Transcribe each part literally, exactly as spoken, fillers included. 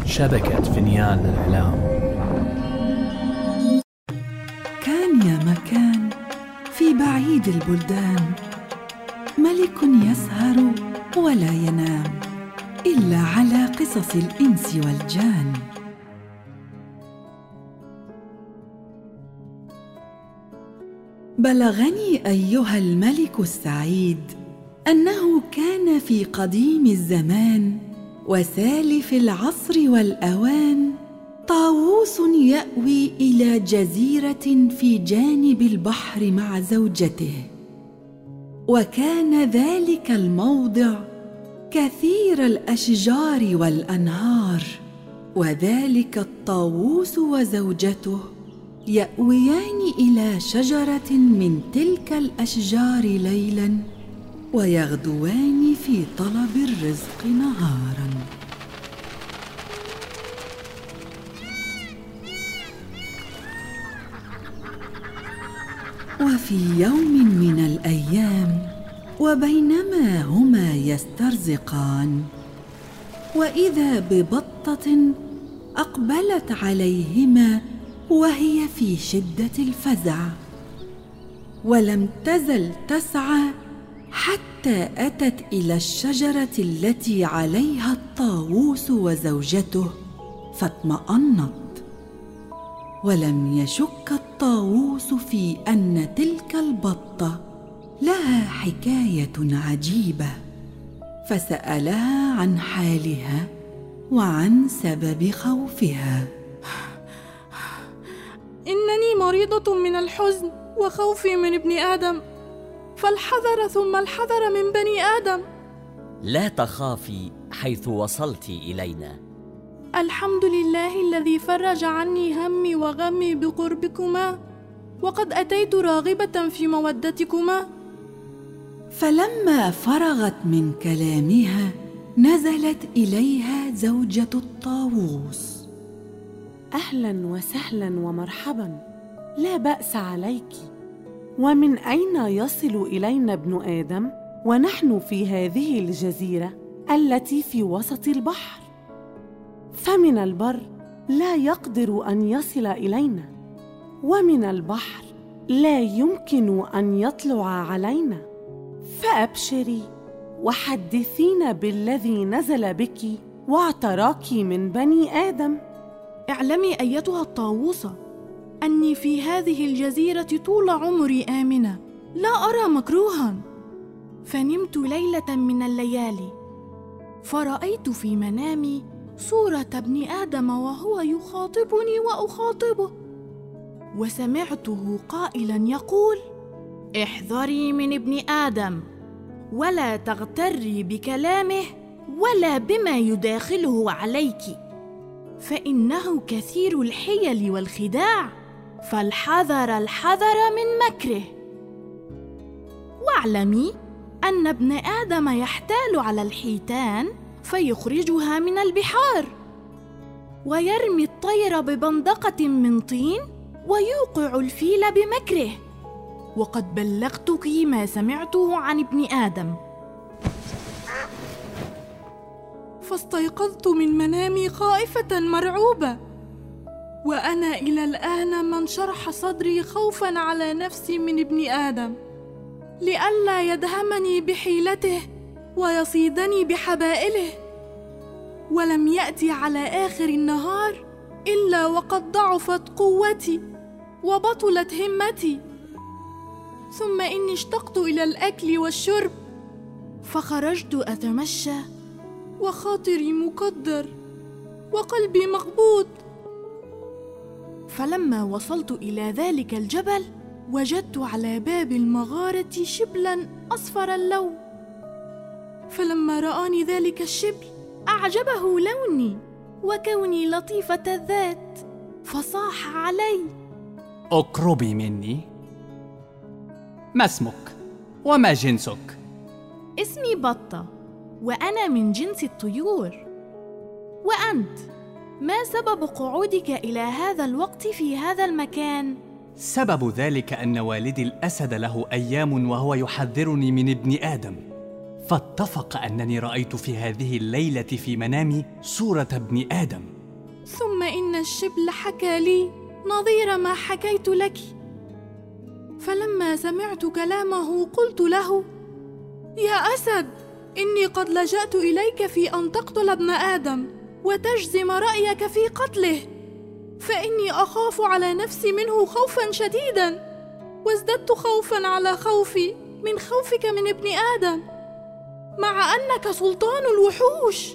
شبكة فنيان الإعلام. كان يا مكان في بعيد البلدان ملك يسهر ولا ينام إلا على قصص الإنس والجان. بلغني أيها الملك السعيد أنه كان في قديم الزمان وسالف العصر والأوان طاووس يأوي إلى جزيرة في جانب البحر مع زوجته، وكان ذلك الموضع كثير الأشجار والأنهار، وذلك الطاووس وزوجته يأويان إلى شجرة من تلك الأشجار ليلاً ويغدوان في طلب الرزق نهاراً. وفي يوم من الأيام وبينما هما يسترزقان وإذا ببطة أقبلت عليهما وهي في شدة الفزع، ولم تزل تسعى حتى أتت إلى الشجرة التي عليها الطاووس وزوجته فاطمأنت، ولم يشك الطاووس في أن تلك البطة لها حكاية عجيبة، فسألها عن حالها وعن سبب خوفها. إنني مريضة من الحزن وخوفي من ابن آدم، فالحذر ثم الحذر من بني آدم. لا تخافي حيث وصلت إلينا. الحمد لله الذي فرج عني همي وغمي بقربكما، وقد أتيت راغبة في مودتكما. فلما فرغت من كلامها نزلت إليها زوجة الطاووس. أهلاً وسهلاً ومرحباً، لا بأس عليك. ومن أين يصل إلينا ابن آدم ونحن في هذه الجزيرة التي في وسط البحر؟ فمن البر لا يقدر أن يصل إلينا، ومن البحر لا يمكن أن يطلع علينا. فأبشري وحدثينا بالذي نزل بك واعتراك من بني آدم. اعلمي أيتها الطاووسة أني في هذه الجزيرة طول عمري آمنة، لا أرى مكروها. فنمت ليلة من الليالي فرأيت في منامي صورة ابن آدم وهو يخاطبني وأخاطبه، وسمعته قائلا يقول: احذري من ابن آدم ولا تغتري بكلامه ولا بما يداخله عليك، فإنه كثير الحيل والخداع، فالحذر الحذر من مكره. واعلمي أن ابن آدم يحتال على الحيتان فيخرجها من البحار، ويرمي الطير ببندقة من طين ويوقع الفيل بمكره، وقد بلغتك ما سمعته عن ابن آدم. فاستيقظت من منامي خائفة مرعوبة، وأنا إلى الآن ما انشرح صدري خوفاً على نفسي من ابن آدم، لئلا يدهمني بحيلته ويصيدني بحبائله. ولم يأتي على آخر النهار إلا وقد ضعفت قوتي وبطلت همتي، ثم إني اشتقت إلى الأكل والشرب، فخرجت أتمشى وخاطري مكدر وقلبي مقبوض. فلما وصلت إلى ذلك الجبل وجدت على باب المغارة شبلاً أصفر اللون، فلما رآني ذلك الشبل أعجبه لوني وكوني لطيفة الذات، فصاح علي: اقربي مني. ما اسمك وما جنسك؟ اسمي بطة وأنا من جنس الطيور. وأنت ما سبب قعودك إلى هذا الوقت في هذا المكان؟ سبب ذلك أن والدي الأسد له أيام وهو يحذرني من ابن آدم، فاتفق أنني رأيت في هذه الليلة في منامي صورة ابن آدم، ثم إن الشبل حكى لي نظير ما حكيت لك. فلما سمعت كلامه قلت له: يا أسد، إني قد لجأت إليك في أن تقتل ابن آدم وتجزم رأيك في قتله، فإني أخاف على نفسي منه خوفا شديدا، وازددت خوفا على خوفي من خوفك من ابن آدم، مع أنك سلطان الوحوش.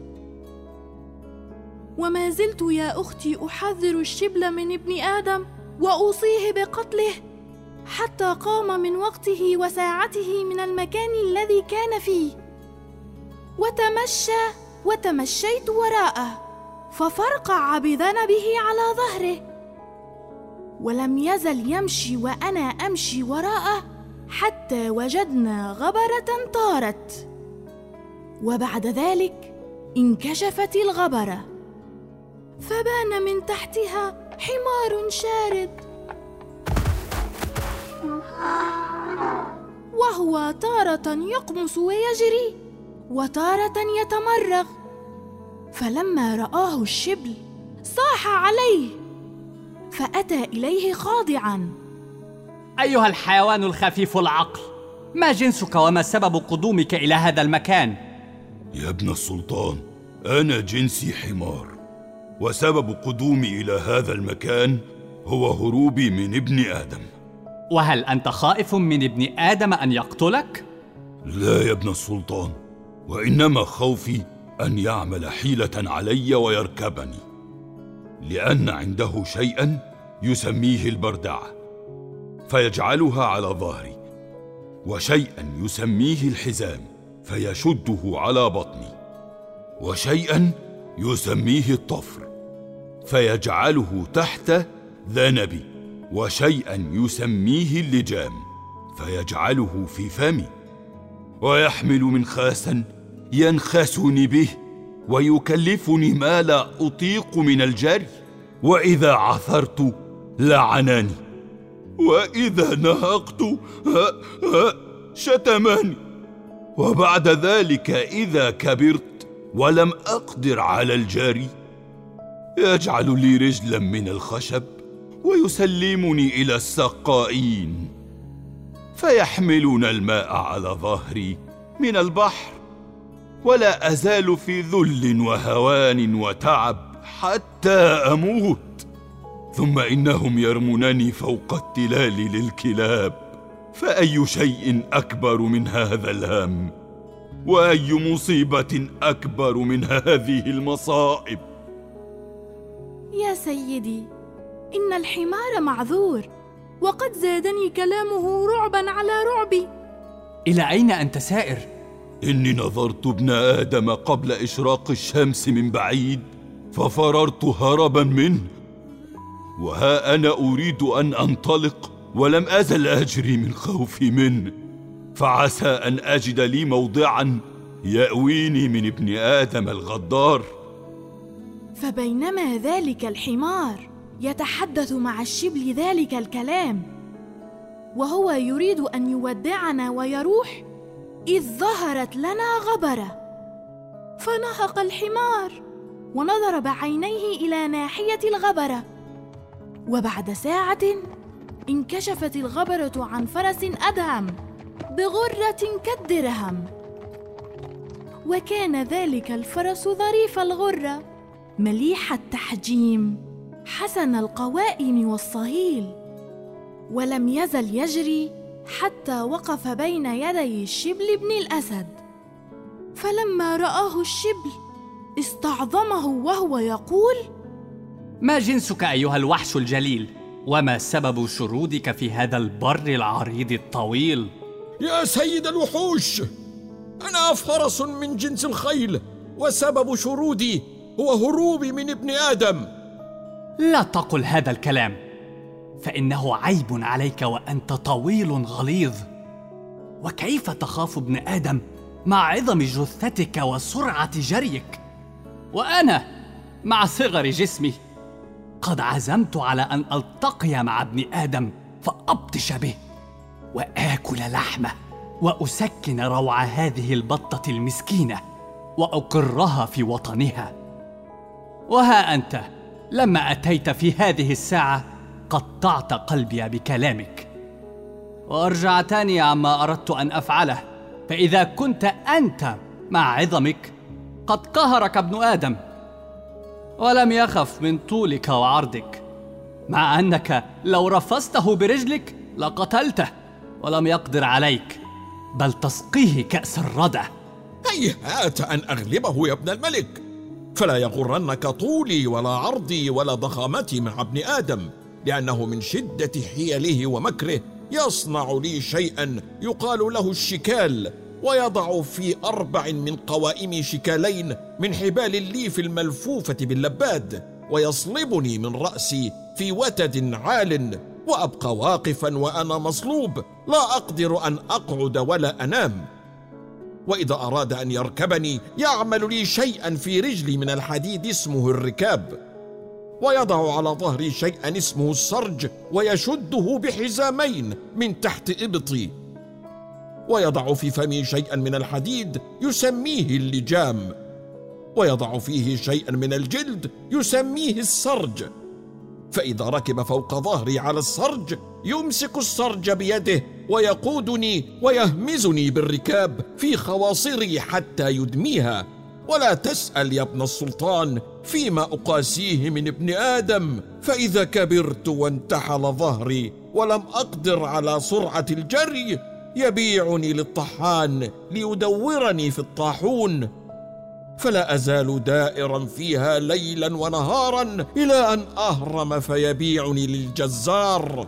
وما زلت يا أختي أحذر الشبل من ابن آدم وأوصيه بقتله، حتى قام من وقته وساعته من المكان الذي كان فيه، وتمشى وتمشيت وراءه، ففرقع بذنبه على ظهره، ولم يزل يمشي وأنا أمشي وراءه حتى وجدنا غبرة طارت، وبعد ذلك انكشفت الغبرة، فبان من تحتها حمار شارد، وهو تارة يقمص ويجري وتارة يتمرغ. فلما رآه الشبل صاح عليه، فأتى إليه خاضعاً: أيها الحيوان الخفيف العقل، ما جنسك وما سبب قدومك إلى هذا المكان؟ يا ابن السلطان، أنا جنسي حمار، وسبب قدومي إلى هذا المكان هو هروبي من ابن آدم. وهل أنت خائف من ابن آدم أن يقتلك؟ لا يا ابن السلطان، وإنما خوفي أن يعمل حيلة علي ويركبني، لأن عنده شيئا يسميه البردعة فيجعلها على ظهري، وشيئا يسميه الحزام فيشده على بطني، وشيئا يسميه الطفر فيجعله تحت ذنبي، وشيئا يسميه اللجام فيجعله في فمي، ويحمل منخاسا ينخسني به ويكلفني ما لا أطيق من الجري، وإذا عثرت لعنني، وإذا نهقت شتمني، وبعد ذلك إذا كبرت ولم أقدر على الجري يجعل لي رجلا من الخشب ويسلمني إلى السقائين فيحملون الماء على ظهري من البحر، ولا أزال في ذل وهوان وتعب حتى أموت، ثم إنهم يرمونني فوق التلال للكلاب، فأي شيء أكبر من هذا الهم؟ وأي مصيبة أكبر من هذه المصائب؟ يا سيدي، إن الحمار معذور، وقد زادني كلامه رعبا على رعبي. إلى أين أنت سائر؟ إني نظرت ابن آدم قبل إشراق الشمس من بعيد ففررت هربا منه، وها أنا أريد أن أنطلق ولم أزل أجري من خوفي منه، فعسى أن أجد لي موضعا يأويني من ابن آدم الغدار. فبينما ذلك الحمار يتحدث مع الشبل ذلك الكلام وهو يريد أن يودعنا ويروح، إذ ظهرت لنا غبرة، فنهق الحمار ونظر بعينيه إلى ناحية الغبرة، وبعد ساعة انكشفت الغبرة عن فرس أدهم بغرة كالدرهم، وكان ذلك الفرس ظريف الغرة مليح التحجيم حسن القوائم والصهيل، ولم يزل يجري حتى وقف بين يدي الشبل بن الأسد. فلما رآه الشبل استعظمه وهو يقول: ما جنسك أيها الوحش الجليل؟ وما سبب شرودك في هذا البر العريض الطويل؟ يا سيد الوحوش، أنا فرس من جنس الخيل، وسبب شرودي هو هروبي من ابن آدم. لا تقل هذا الكلام، فإنه عيب عليك وأنت طويل غليظ. وكيف تخاف ابن آدم مع عظم جثتك وسرعة جريك؟ وأنا مع صغر جسمي قد عزمت على أن ألتقي مع ابن آدم فأبطش به وآكل لحمه، وأسكن روع هذه البطة المسكينة وأقرها في وطنها. وها أنت لما أتيت في هذه الساعة قطعت قلبي بكلامك وأرجعتني عما أردت أن أفعله. فإذا كنت أنت مع عظمك قد قهرك ابن آدم ولم يخف من طولك وعرضك، مع أنك لو رفسته برجلك لقتلته ولم يقدر عليك، بل تسقيه كأس الردى. هيهات أن أغلبه يا ابن الملك، فلا يغرنك طولي ولا عرضي ولا ضخامتي مع ابن آدم، لأنه من شدة حيله ومكره يصنع لي شيئا يقال له الشكال، ويضع في أربع من قوائم شكالين من حبال الليف الملفوفة باللباد، ويصلبني من رأسي في وتد عال، وأبقى واقفا وأنا مصلوب لا أقدر أن أقعد ولا أنام. وإذا أراد أن يركبني يعمل لي شيئا في رجلي من الحديد اسمه الركاب، ويضع على ظهري شيئا اسمه السرج ويشده بحزامين من تحت إبطي، ويضع في فمي شيئا من الحديد يسميه اللجام، ويضع فيه شيئا من الجلد يسميه السرج. فإذا ركب فوق ظهري على السرج يمسك السرج بيده ويقودني ويهمزني بالركاب في خواصري حتى يدميها. ولا تسأل يا ابن السلطان فيما أقاسيه من ابن آدم، فإذا كبرت وانتحل ظهري ولم أقدر على سرعة الجري يبيعني للطحان ليدورني في الطاحون، فلا أزال دائرا فيها ليلا ونهارا إلى أن أهرم فيبيعني للجزار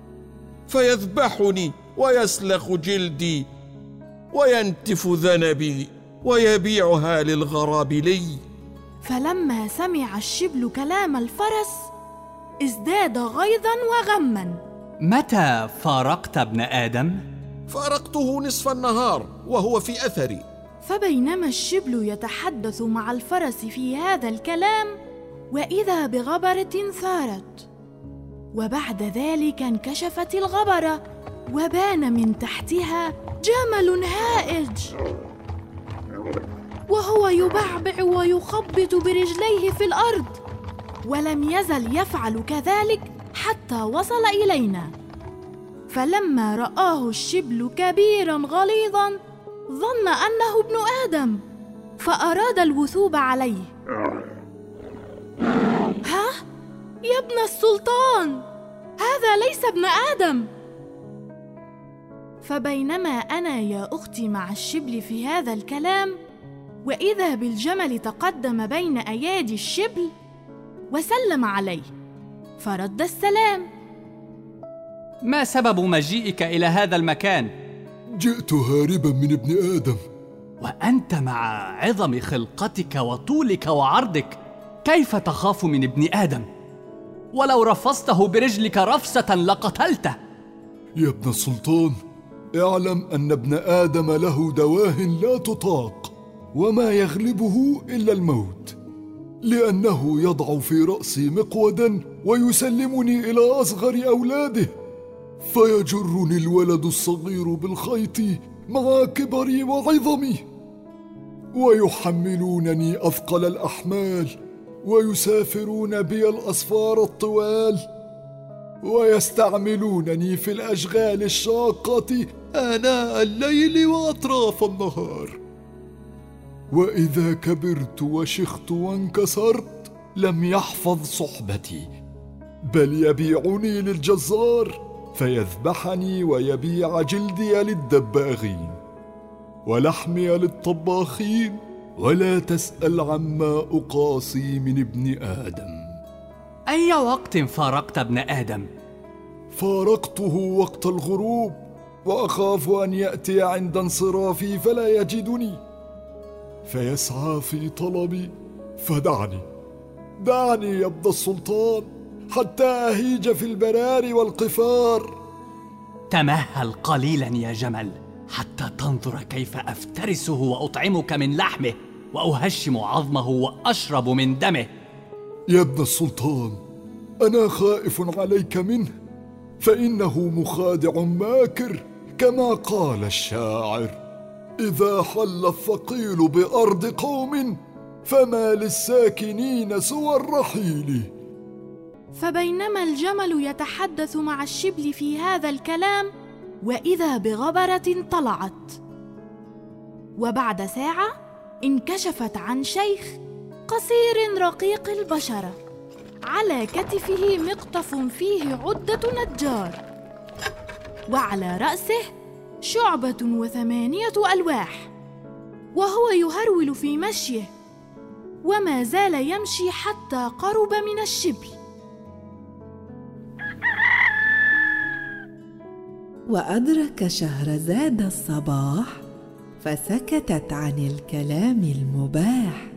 فيذبحني ويسلخ جلدي وينتف ذنبي ويبيعها للغرابلي. فلما سمع الشبل كلام الفرس ازداد غيظا وغما. متى فارقت ابن آدم؟ فارقته نصف النهار وهو في أثري. فبينما الشبل يتحدث مع الفرس في هذا الكلام وإذا بغبرة ثارت، وبعد ذلك انكشفت الغبرة وبان من تحتها جمل هائج، وهو يبعبع ويخبط برجليه في الأرض، ولم يزل يفعل كذلك حتى وصل إلينا. فلما رآه الشبل كبيرا غليظا ظن أنه ابن آدم، فأراد الوثوب عليه. ها؟ يا ابن السلطان، هذا ليس ابن آدم. فبينما أنا يا أختي مع الشبل في هذا الكلام، وإذا بالجمل تقدم بين أيادي الشبل وسلم عليه، فرد السلام. ما سبب مجيئك إلى هذا المكان؟ جئت هاربا من ابن آدم. وأنت مع عظم خلقتك وطولك وعرضك كيف تخاف من ابن آدم؟ ولو رفسته برجلك رفسة لقتلته. يا ابن السلطان، اعلم أن ابن آدم له دواه لا تطاق، وما يغلبه إلا الموت، لأنه يضع في رأسي مقودا ويسلمني إلى أصغر أولاده، فيجرني الولد الصغير بالخيط مع كبري وعظمي، ويحملونني أثقل الأحمال ويسافرون بي الأسفار الطوال، ويستعملونني في الأشغال الشاقة آناء الليل وأطراف النهار. وإذا كبرت وشخت وانكسرت لم يحفظ صحبتي، بل يبيعني للجزار فيذبحني ويبيع جلدي للدباغين ولحمي للطباخين، ولا تسأل عما أقاسي من ابن آدم. أي وقت فارقت ابن آدم؟ فارقته وقت الغروب، وأخاف أن يأتي عند انصرافي فلا يجدني فيسعى في طلبي، فدعني دعني يا ابن السلطان حتى أهيج في البراري والقفار. تمهل قليلا يا جمل حتى تنظر كيف أفترسه وأطعمك من لحمه وأهشم عظمه وأشرب من دمه. يا ابن السلطان، أنا خائف عليك منه، فإنه مخادع ماكر، كما قال الشاعر: إذا حل الثقيل بأرض قوم فما للساكنين سوى الرحيل. فبينما الجمل يتحدث مع الشبل في هذا الكلام، وإذا بغبرة طلعت، وبعد ساعة انكشفت عن شيخ قصير رقيق البشرة، على كتفه مقطف فيه عدة نجار، وعلى رأسه شعبة وثمانية ألواح، وهو يهرول في مشيه، وما زال يمشي حتى قرب من الشبل. وأدرك شهرزاد الصباح، فسكتت عن الكلام المباح.